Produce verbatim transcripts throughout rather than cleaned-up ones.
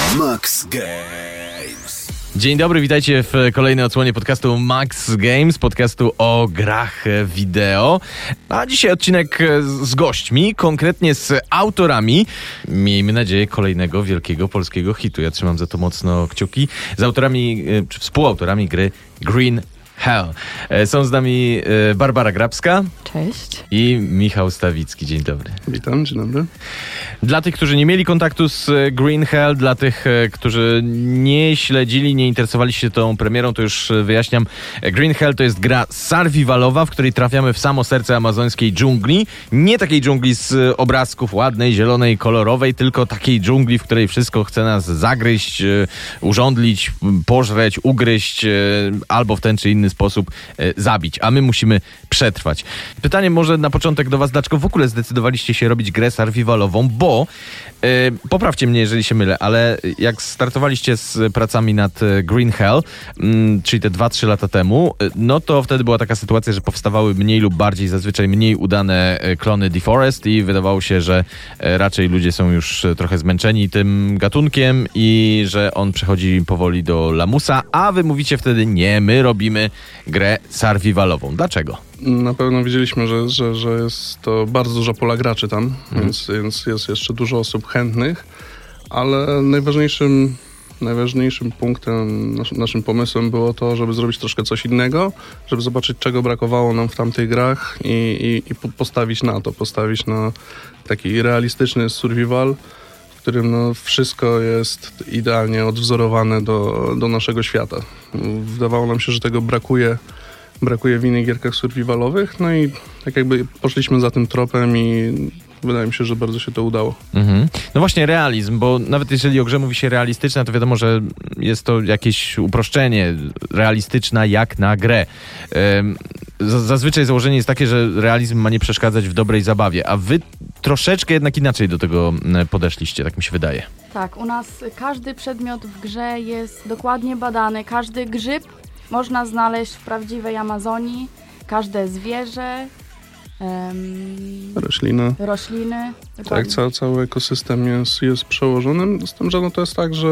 Max Games. Dzień dobry, witajcie w kolejnej odsłonie podcastu Max Games, podcastu o grach wideo. A dzisiaj odcinek z gośćmi, konkretnie z autorami, miejmy nadzieję, kolejnego wielkiego polskiego hitu. Ja trzymam za to mocno kciuki. Z autorami, czy współautorami gry Green Hell. Są z nami Barbara Grabska. Cześć. I Michał Stawicki. Dzień dobry. Witam, dzień dobry. Dla tych, którzy nie mieli kontaktu z Green Hell, dla tych, którzy nie śledzili, nie interesowali się tą premierą, to już wyjaśniam. Green Hell to jest gra survivalowa, w której trafiamy w samo serce amazońskiej dżungli. Nie takiej dżungli z obrazków ładnej, zielonej, kolorowej, tylko takiej dżungli, w której wszystko chce nas zagryźć, urządlić, pożreć, ugryźć albo w ten czy inny sposób zabić, a my musimy przetrwać. Pytanie może na początek do was, dlaczego w ogóle zdecydowaliście się robić grę survivalową, bo yy, poprawcie mnie, jeżeli się mylę, ale jak startowaliście z pracami nad Green Hell, yy, czyli te dwa trzy lata temu, yy, no to wtedy była taka sytuacja, że powstawały mniej lub bardziej, zazwyczaj mniej udane klony Deforest i wydawało się, że yy, raczej ludzie są już trochę zmęczeni tym gatunkiem i że on przechodzi powoli do lamusa, a wy mówicie wtedy nie, my robimy grę survivalową. Dlaczego? Na pewno widzieliśmy, że, że, że jest to bardzo duża pola graczy tam, mhm. więc, więc jest jeszcze dużo osób chętnych, ale najważniejszym, najważniejszym punktem, nas, naszym pomysłem było to, żeby zrobić troszkę coś innego, żeby zobaczyć, czego brakowało nam w tamtych grach i, i, i postawić na to, postawić na taki realistyczny survival, w którym no, wszystko jest idealnie odwzorowane do, do naszego świata. Wydawało nam się, że tego brakuje Brakuje w innych gierkach survivalowych, no i tak jakby poszliśmy za tym tropem i wydaje mi się, że bardzo się to udało. Mhm. No właśnie realizm, bo nawet jeżeli o grze mówi się realistyczna, to wiadomo, że jest to jakieś uproszczenie. Realistyczna jak na grę. Zazwyczaj założenie jest takie, że realizm ma nie przeszkadzać w dobrej zabawie, a wy troszeczkę jednak inaczej do tego podeszliście, tak mi się wydaje. Tak, u nas każdy przedmiot w grze jest dokładnie badany, każdy grzyb można znaleźć w prawdziwej Amazonii, każde zwierzę, um, rośliny. rośliny tak, cały, cały ekosystem jest, jest przełożony. Z tym, że no to jest tak, że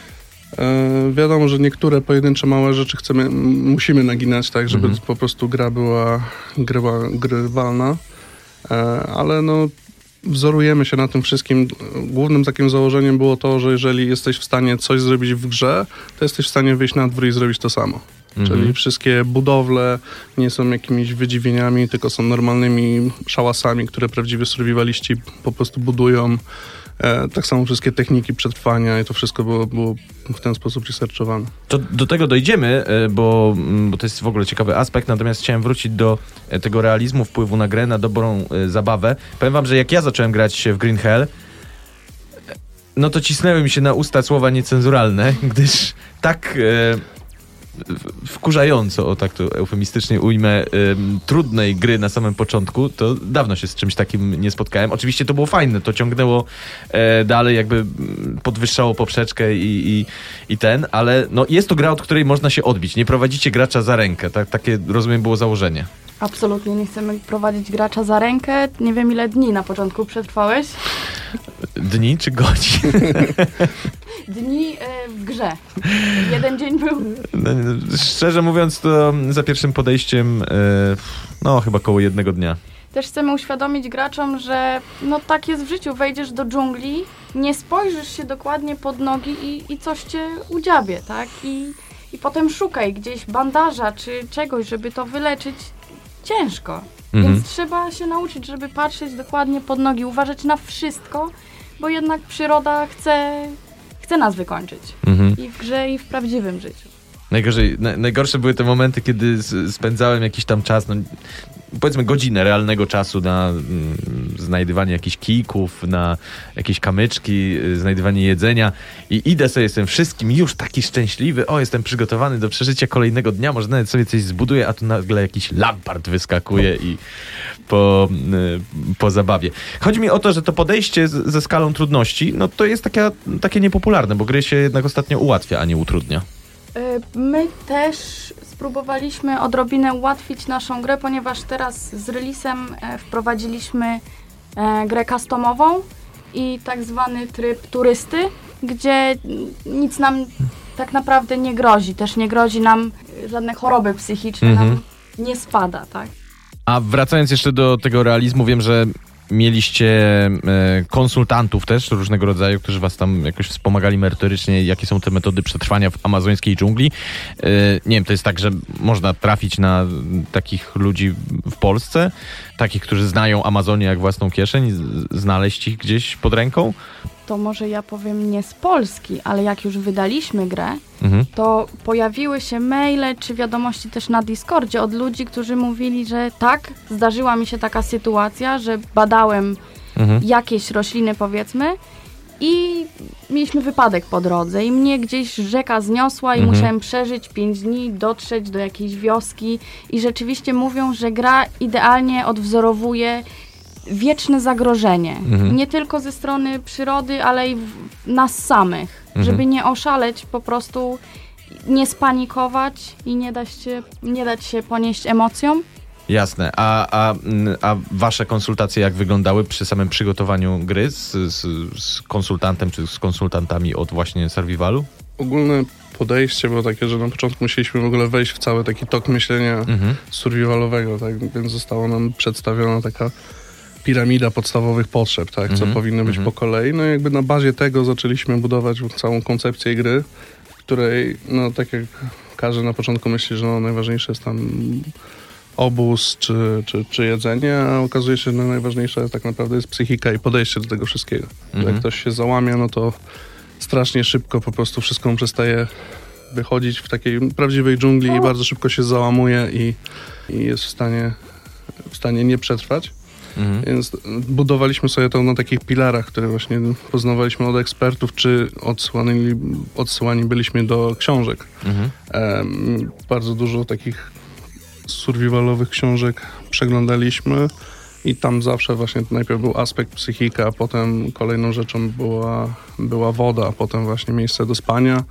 e, wiadomo, że niektóre pojedyncze małe rzeczy chcemy, musimy naginać, tak, żeby mhm. po prostu gra była grywa, grywalna, e, ale no wzorujemy się na tym wszystkim. Głównym takim założeniem było to, że jeżeli jesteś w stanie coś zrobić w grze, to jesteś w stanie wyjść na dwór i zrobić to samo. Mhm. Czyli wszystkie budowle nie są jakimiś wydziwieniami, tylko są normalnymi szałasami, które prawdziwie survivaliści po prostu budują. E, tak samo wszystkie techniki przetrwania i to wszystko było, było w ten sposób researchowane. To do tego dojdziemy, bo, bo to jest w ogóle ciekawy aspekt, natomiast chciałem wrócić do tego realizmu, wpływu na grę, na dobrą e, zabawę. Powiem wam, że jak ja zacząłem grać w Green Hell, no to cisnęły mi się na usta słowa niecenzuralne, gdyż tak e, wkurzająco, o tak to eufemistycznie ujmę, ym, trudnej gry na samym początku, to dawno się z czymś takim nie spotkałem. Oczywiście to było fajne, to ciągnęło e, dalej, jakby podwyższało poprzeczkę i, i, i ten, ale no, jest to gra, od której można się odbić. Nie prowadzicie gracza za rękę, tak, takie, rozumiem, było założenie. Absolutnie nie chcemy prowadzić gracza za rękę. Nie wiem, ile dni na początku przetrwałeś. Dni czy godzin? Dni y, w grze. Jeden dzień był. No, szczerze mówiąc, to za pierwszym podejściem, y, no chyba koło jednego dnia. Też chcemy uświadomić graczom, że no tak jest w życiu. Wejdziesz do dżungli, nie spojrzysz się dokładnie pod nogi i, i coś cię udziabie, tak? I, I potem szukaj gdzieś bandaża czy czegoś, żeby to wyleczyć. Ciężko. Mhm. Więc trzeba się nauczyć, żeby patrzeć dokładnie pod nogi, uważać na wszystko, bo jednak przyroda chce, chce nas wykończyć. Mhm. I w grze, i w prawdziwym życiu. Najgorzej, na, najgorsze były te momenty, kiedy spędzałem jakiś tam czas, no, powiedzmy godzinę realnego czasu na mm, znajdywanie jakichś kijków, na jakieś kamyczki, znajdywanie jedzenia i idę sobie z tym wszystkim już taki szczęśliwy, o, jestem przygotowany do przeżycia kolejnego dnia, może nawet sobie coś zbuduję, a tu nagle jakiś lampart wyskakuje i po, y, po zabawie. Chodzi mi o to, że to podejście z, ze skalą trudności, no to jest taka, takie niepopularne, bo gry się jednak ostatnio ułatwia, a nie utrudnia. My też spróbowaliśmy odrobinę ułatwić naszą grę, ponieważ teraz z releasem wprowadziliśmy grę customową i tak zwany tryb turysty, gdzie nic nam tak naprawdę nie grozi. Też nie grozi nam żadne choroby psychiczne, Mhm. nam nie spada, tak? A wracając jeszcze do tego realizmu, wiem, że mieliście e, konsultantów też różnego rodzaju, którzy was tam jakoś wspomagali merytorycznie, jakie są te metody przetrwania w amazońskiej dżungli. E, nie wiem, to jest tak, że można trafić na takich ludzi w Polsce, takich, którzy znają Amazonię jak własną kieszeń, z- znaleźć ich gdzieś pod ręką? To może ja powiem nie z Polski, ale jak już wydaliśmy grę, Mhm. to pojawiły się maile czy wiadomości też na Discordzie od ludzi, którzy mówili, że tak, zdarzyła mi się taka sytuacja, że badałem Mhm. jakieś rośliny, powiedzmy, i mieliśmy wypadek po drodze i mnie gdzieś rzeka zniosła i Mhm. musiałem przeżyć pięć dni, dotrzeć do jakiejś wioski i rzeczywiście mówią, że gra idealnie odwzorowuje wieczne zagrożenie. Mhm. Nie tylko ze strony przyrody, ale i w- nas samych. Mhm. Żeby nie oszaleć, po prostu nie spanikować i nie dać się, nie dać się ponieść emocjom. Jasne. A, a, mm, a wasze konsultacje jak wyglądały przy samym przygotowaniu gry z, z, z konsultantem czy z konsultantami od właśnie Survivalu? Ogólne podejście było takie, że na początku musieliśmy w ogóle wejść w cały taki tok myślenia Mhm. survivalowego, tak? Więc została nam przedstawiona taka piramida podstawowych potrzeb, tak? Co Mhm, powinno być mhm. po kolei. No i jakby na bazie tego zaczęliśmy budować całą koncepcję gry, w której, no tak jak każdy na początku myśli, że no, najważniejsze jest tam obóz czy, czy, czy jedzenie, a okazuje się, że no, najważniejsza tak naprawdę jest psychika i podejście do tego wszystkiego. Mhm. Jak ktoś się załamie, no to strasznie szybko po prostu wszystko mu przestaje wychodzić w takiej prawdziwej dżungli i bardzo szybko się załamuje i, i jest w stanie, w stanie nie przetrwać. Mhm. Więc budowaliśmy sobie to na takich pilarach, które właśnie poznawaliśmy od ekspertów, czy odsyłani, odsyłani byliśmy do książek. Mhm. Em, bardzo dużo takich survivalowych książek przeglądaliśmy i tam zawsze właśnie najpierw był aspekt psychika, a potem kolejną rzeczą była, była woda, a potem właśnie miejsce do spania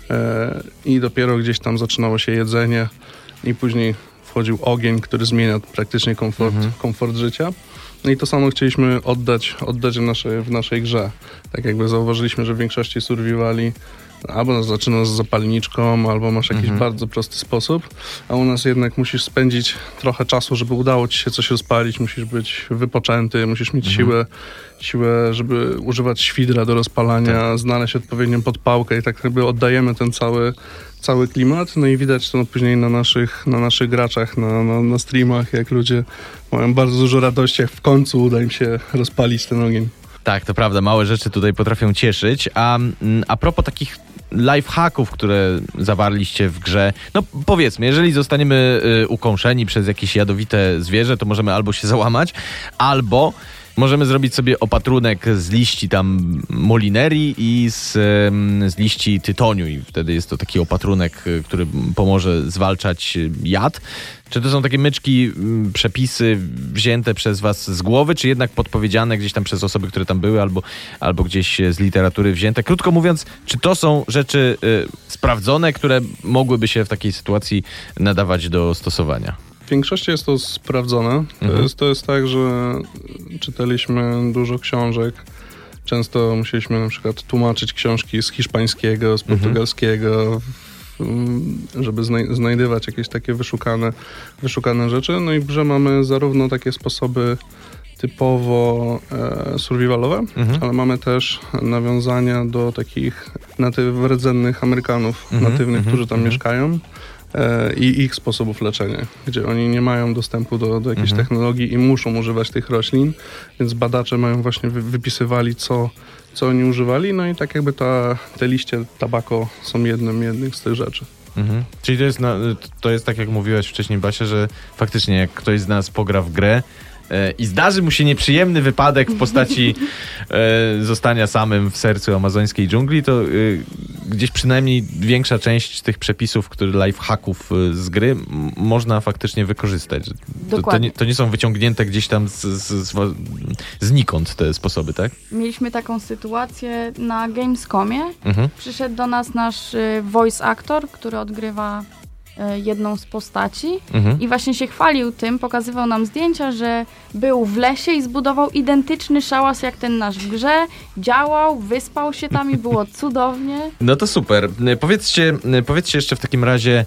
e, i dopiero gdzieś tam zaczynało się jedzenie i później wchodził ogień, który zmienia praktycznie komfort, Mhm. komfort życia. No i to samo chcieliśmy oddać, oddać w, naszej, w naszej grze. Tak jakby zauważyliśmy, że w większości survivali albo zaczynasz z zapalniczką, albo masz jakiś Mhm. bardzo prosty sposób, a u nas jednak musisz spędzić trochę czasu, żeby udało ci się coś rozpalić, musisz być wypoczęty, musisz mieć Mhm. siłę, siłę, żeby używać świdra do rozpalania, znaleźć odpowiednią podpałkę i tak jakby oddajemy ten cały, cały klimat, no i widać to później na naszych, na naszych graczach, na, na, na streamach, jak ludzie mają bardzo dużo radości, jak w końcu uda im się rozpalić ten ogień. Tak, to prawda, małe rzeczy tutaj potrafią cieszyć. A, mm, a propos takich lifehacków, które zawarliście w grze, no powiedzmy, jeżeli zostaniemy y, ukąszeni przez jakieś jadowite zwierzę, to możemy albo się załamać, albo możemy zrobić sobie opatrunek z liści tam molinerii i z, ym, z liści tytoniu i wtedy jest to taki opatrunek, y, który pomoże zwalczać y, jad. Czy to są takie myczki, mm, przepisy wzięte przez was z głowy, czy jednak podpowiedziane gdzieś tam przez osoby, które tam były, albo, albo gdzieś z literatury wzięte? Krótko mówiąc, czy to są rzeczy y, sprawdzone, które mogłyby się w takiej sytuacji nadawać do stosowania? W większości jest to sprawdzone. To, Mhm. jest, to jest tak, że czytaliśmy dużo książek. Często musieliśmy na przykład tłumaczyć książki z hiszpańskiego, z portugalskiego, mm, żeby znaj- znajdywać jakieś takie wyszukane, wyszukane rzeczy. No i w grze mamy zarówno takie sposoby typowo e, survivalowe, Mhm. ale mamy też nawiązania do takich natyw, rdzennych Amerykanów Mhm, natywnych, mhm, którzy tam mhm. mieszkają e, i ich sposobów leczenia, gdzie oni nie mają dostępu do, do jakiejś Mhm. technologii i muszą używać tych roślin, więc badacze mają właśnie wy, wypisywali, co, co oni używali, no i tak jakby ta, te liście tabako są jednym, jednym z tych rzeczy. Mhm. Czyli to jest, na, to jest tak, jak mówiłaś wcześniej, Basia, że faktycznie jak ktoś z nas pogra w grę e, i zdarzy mu się nieprzyjemny wypadek w postaci e, zostania samym w sercu amazońskiej dżungli, to e, gdzieś przynajmniej większa część tych przepisów, które lifehacków e, z gry m, można faktycznie wykorzystać. To, to, Dokładnie. nie, to nie są wyciągnięte gdzieś tam z, z, z, znikąd te sposoby, tak? Mieliśmy taką sytuację na Gamescomie. Mhm. Przyszedł do nas nasz y, voice actor, który odgrywa e, jedną z postaci Mhm. i właśnie się chwalił tym, pokazywał nam zdjęcia, że był w lesie i zbudował identyczny szałas jak ten nasz w grze, działał, wyspał się tam i było cudownie. No to super. Powiedzcie, powiedzcie jeszcze w takim razie,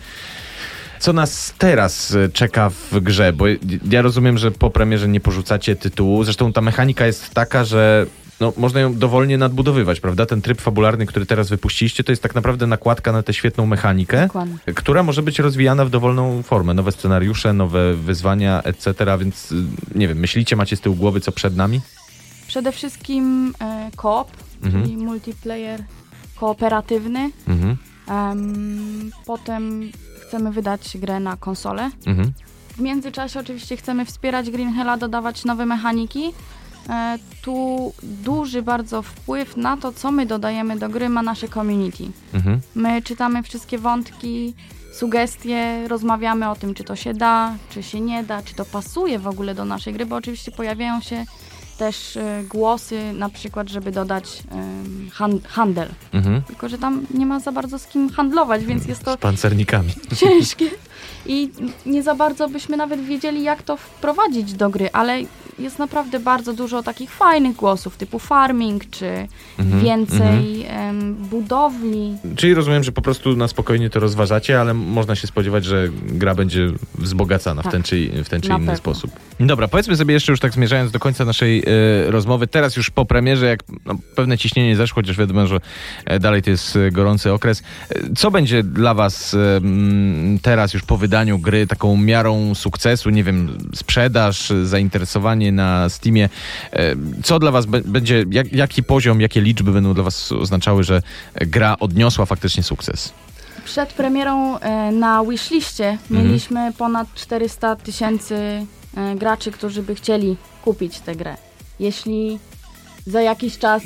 co nas teraz czeka w grze, bo ja rozumiem, że po premierze nie porzucacie tytułu. Zresztą ta mechanika jest taka, że no, można ją dowolnie nadbudowywać, prawda? Ten tryb fabularny, który teraz wypuściliście, to jest tak naprawdę nakładka na tę świetną mechanikę, Dokładnie. która może być rozwijana w dowolną formę. Nowe scenariusze, nowe wyzwania, et cetera. Więc nie wiem, myślicie, macie z tyłu głowy, co przed nami? Przede wszystkim e, koop, Mhm. czyli multiplayer kooperatywny. Mhm. Em, potem chcemy wydać grę na konsolę. Mhm. W międzyczasie oczywiście chcemy wspierać Green Hella, dodawać nowe mechaniki. E, tu duży bardzo wpływ na to, co my dodajemy do gry, ma nasze community. Mhm. My czytamy wszystkie wątki, sugestie, rozmawiamy o tym, czy to się da, czy się nie da, czy to pasuje w ogóle do naszej gry, bo oczywiście pojawiają się też e, głosy, na przykład, żeby dodać e, han- handel. Mhm. Tylko że tam nie ma za bardzo z kim handlować, więc jest to Z pancernikami. ciężkie i nie za bardzo byśmy nawet wiedzieli, jak to wprowadzić do gry, ale jest naprawdę bardzo dużo takich fajnych głosów, typu farming, czy Mhm, więcej em, budowli. Czyli rozumiem, że po prostu na spokojnie to rozważacie, ale można się spodziewać, że gra będzie wzbogacana w Tak. ten czy, w ten czy Na inny pewno. sposób. Dobra, powiedzmy sobie jeszcze już tak zmierzając do końca naszej e, rozmowy, teraz już po premierze, jak no, pewne ciśnienie zeszło, chociaż wiadomo, że e, dalej to jest e, gorący okres. E, co będzie dla was e, m, teraz już po wydaniu gry taką miarą sukcesu, nie wiem, sprzedaż, zainteresowanie na Steamie? E, co dla was be- będzie, jak, jaki poziom, jakie liczby będą dla was oznaczały, że gra odniosła faktycznie sukces? Przed premierą e, na wishliście Mhm. mieliśmy ponad czterysta tysięcy e, graczy, którzy by chcieli kupić tę grę. Jeśli za jakiś czas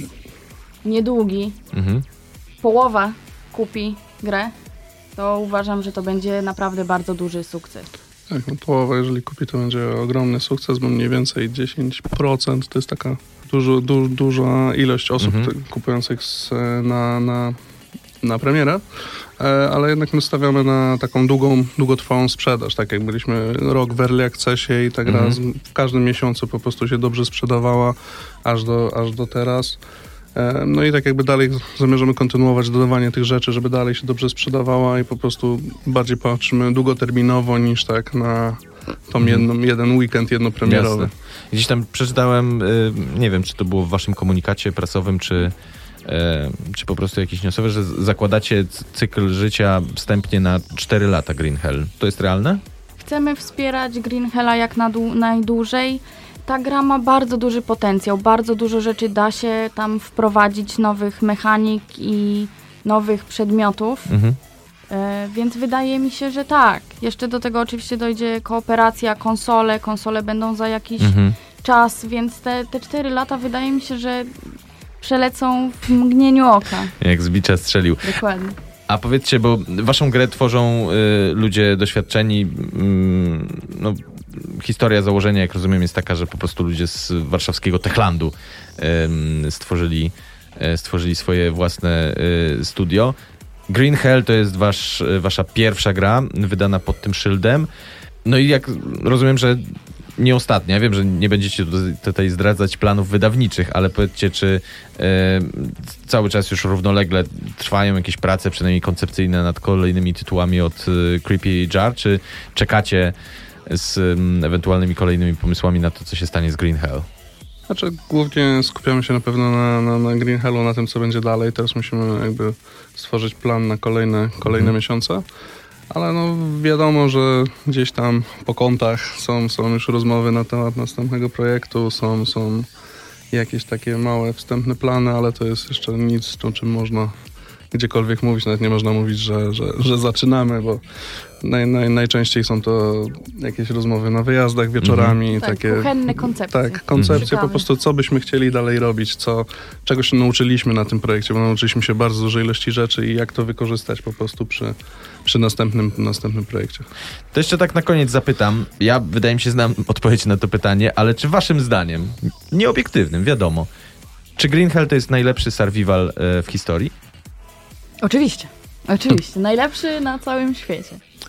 niedługi Mhm. połowa kupi grę, to uważam, że to będzie naprawdę bardzo duży sukces. Tak, no połowa, jeżeli kupi, to będzie ogromny sukces, bo mniej więcej dziesięć procent to jest taka dużo, du, duża ilość osób Mhm. te- kupujących z, na, na, na premierę, e, ale jednak my stawiamy na taką długą, długotrwałą sprzedaż, tak jak byliśmy rok w Early Accessie i ta gra Mhm. z, w każdym miesiącu po prostu się dobrze sprzedawała, aż do, aż do teraz. E, No i tak jakby dalej zamierzamy kontynuować dodawanie tych rzeczy, żeby dalej się dobrze sprzedawała i po prostu bardziej patrzymy długoterminowo niż tak na tą jedną, jeden weekend jednopremierowy. Jasne. Gdzieś tam przeczytałem, y, nie wiem, czy to było w waszym komunikacie prasowym, czy, y, czy po prostu jakieś newsowe, że z- zakładacie c- cykl życia wstępnie na cztery lata Green Hell. To jest realne? Chcemy wspierać Green Hella jak na dłu- najdłużej. Ta gra ma bardzo duży potencjał, bardzo dużo rzeczy da się tam wprowadzić, nowych mechanik i nowych przedmiotów, Mhm. e, więc wydaje mi się, że tak. Jeszcze do tego oczywiście dojdzie kooperacja, konsole, konsole będą za jakiś Mhm. czas, więc te, te cztery lata wydaje mi się, że przelecą w mgnieniu oka. Jak z bicza strzelił. Dokładnie. A powiedzcie, bo waszą grę tworzą y, ludzie doświadczeni. Mm, no, historia założenia, jak rozumiem, jest taka, że po prostu ludzie z warszawskiego Techlandu ym, stworzyli, y, stworzyli swoje własne y, studio. Green Hell to jest wasz, y, wasza pierwsza gra wydana pod tym szyldem. No i jak rozumiem, że nie ostatnia. Wiem, że nie będziecie tutaj- tutaj zdradzać planów wydawniczych, ale powiedzcie, czy e, cały czas już równolegle trwają jakieś prace, przynajmniej koncepcyjne, nad kolejnymi tytułami od e, Creepy Jar, czy czekacie z em, ewentualnymi kolejnymi pomysłami na to, co się stanie z Green Hell? Znaczy głównie skupiamy się na pewno na, na, na Green Hellu, na tym, co będzie dalej. Teraz musimy jakby stworzyć plan na kolejne, kolejne Mhm. miesiące. Ale no wiadomo, że gdzieś tam po kątach są, są już rozmowy na temat następnego projektu, są, są jakieś takie małe wstępne plany, ale to jest jeszcze nic, o czym można gdziekolwiek mówić. Nawet nie można mówić, że, że, że zaczynamy, bo naj, naj, najczęściej są to jakieś rozmowy na wyjazdach wieczorami. Tak, takie, kuchenne koncepcje. Tak, koncepcje Ciekawe. po prostu, co byśmy chcieli dalej robić, co, czego się nauczyliśmy na tym projekcie, bo nauczyliśmy się bardzo dużej ilości rzeczy i jak to wykorzystać po prostu przy, przy następnym, następnym projekcie. To jeszcze tak na koniec zapytam. Ja, wydaje mi się, znam odpowiedź na to pytanie, ale czy waszym zdaniem, nieobiektywnym, wiadomo, czy Green Hell to jest najlepszy survival e, w historii? Oczywiście, oczywiście. Najlepszy na całym świecie.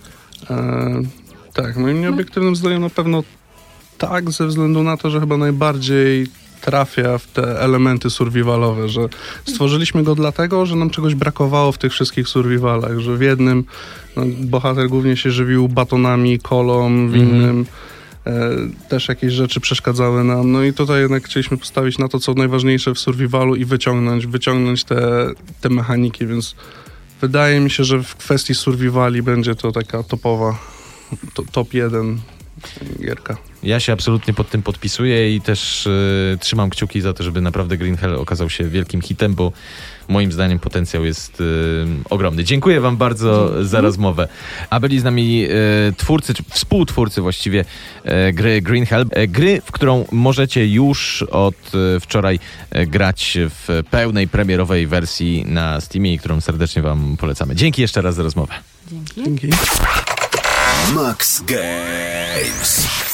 E, tak, moim nieobiektywnym zdaniem na pewno tak, ze względu na to, że chyba najbardziej trafia w te elementy survivalowe, że stworzyliśmy go dlatego, że nam czegoś brakowało w tych wszystkich survivalach, że w jednym no, bohater głównie się żywił batonami, kolą, w innym e, też jakieś rzeczy przeszkadzały nam. No i tutaj jednak chcieliśmy postawić na to, co najważniejsze w survivalu i wyciągnąć, wyciągnąć te, te mechaniki, więc wydaje mi się, że w kwestii survivali będzie to taka topowa, to, top jeden gierka. Ja się absolutnie pod tym podpisuję i też y, trzymam kciuki za to, żeby naprawdę Green Hell okazał się wielkim hitem, bo moim zdaniem potencjał jest y, ogromny. Dziękuję wam bardzo Dzięki. za rozmowę. A byli z nami y, twórcy, czy współtwórcy właściwie y, gry Green Hell. Y, gry, w którą możecie już od y, wczoraj y, grać w pełnej premierowej wersji na Steamie i którą serdecznie wam polecamy. Dzięki jeszcze raz za rozmowę. Dzięki. Dzięki. Max Games.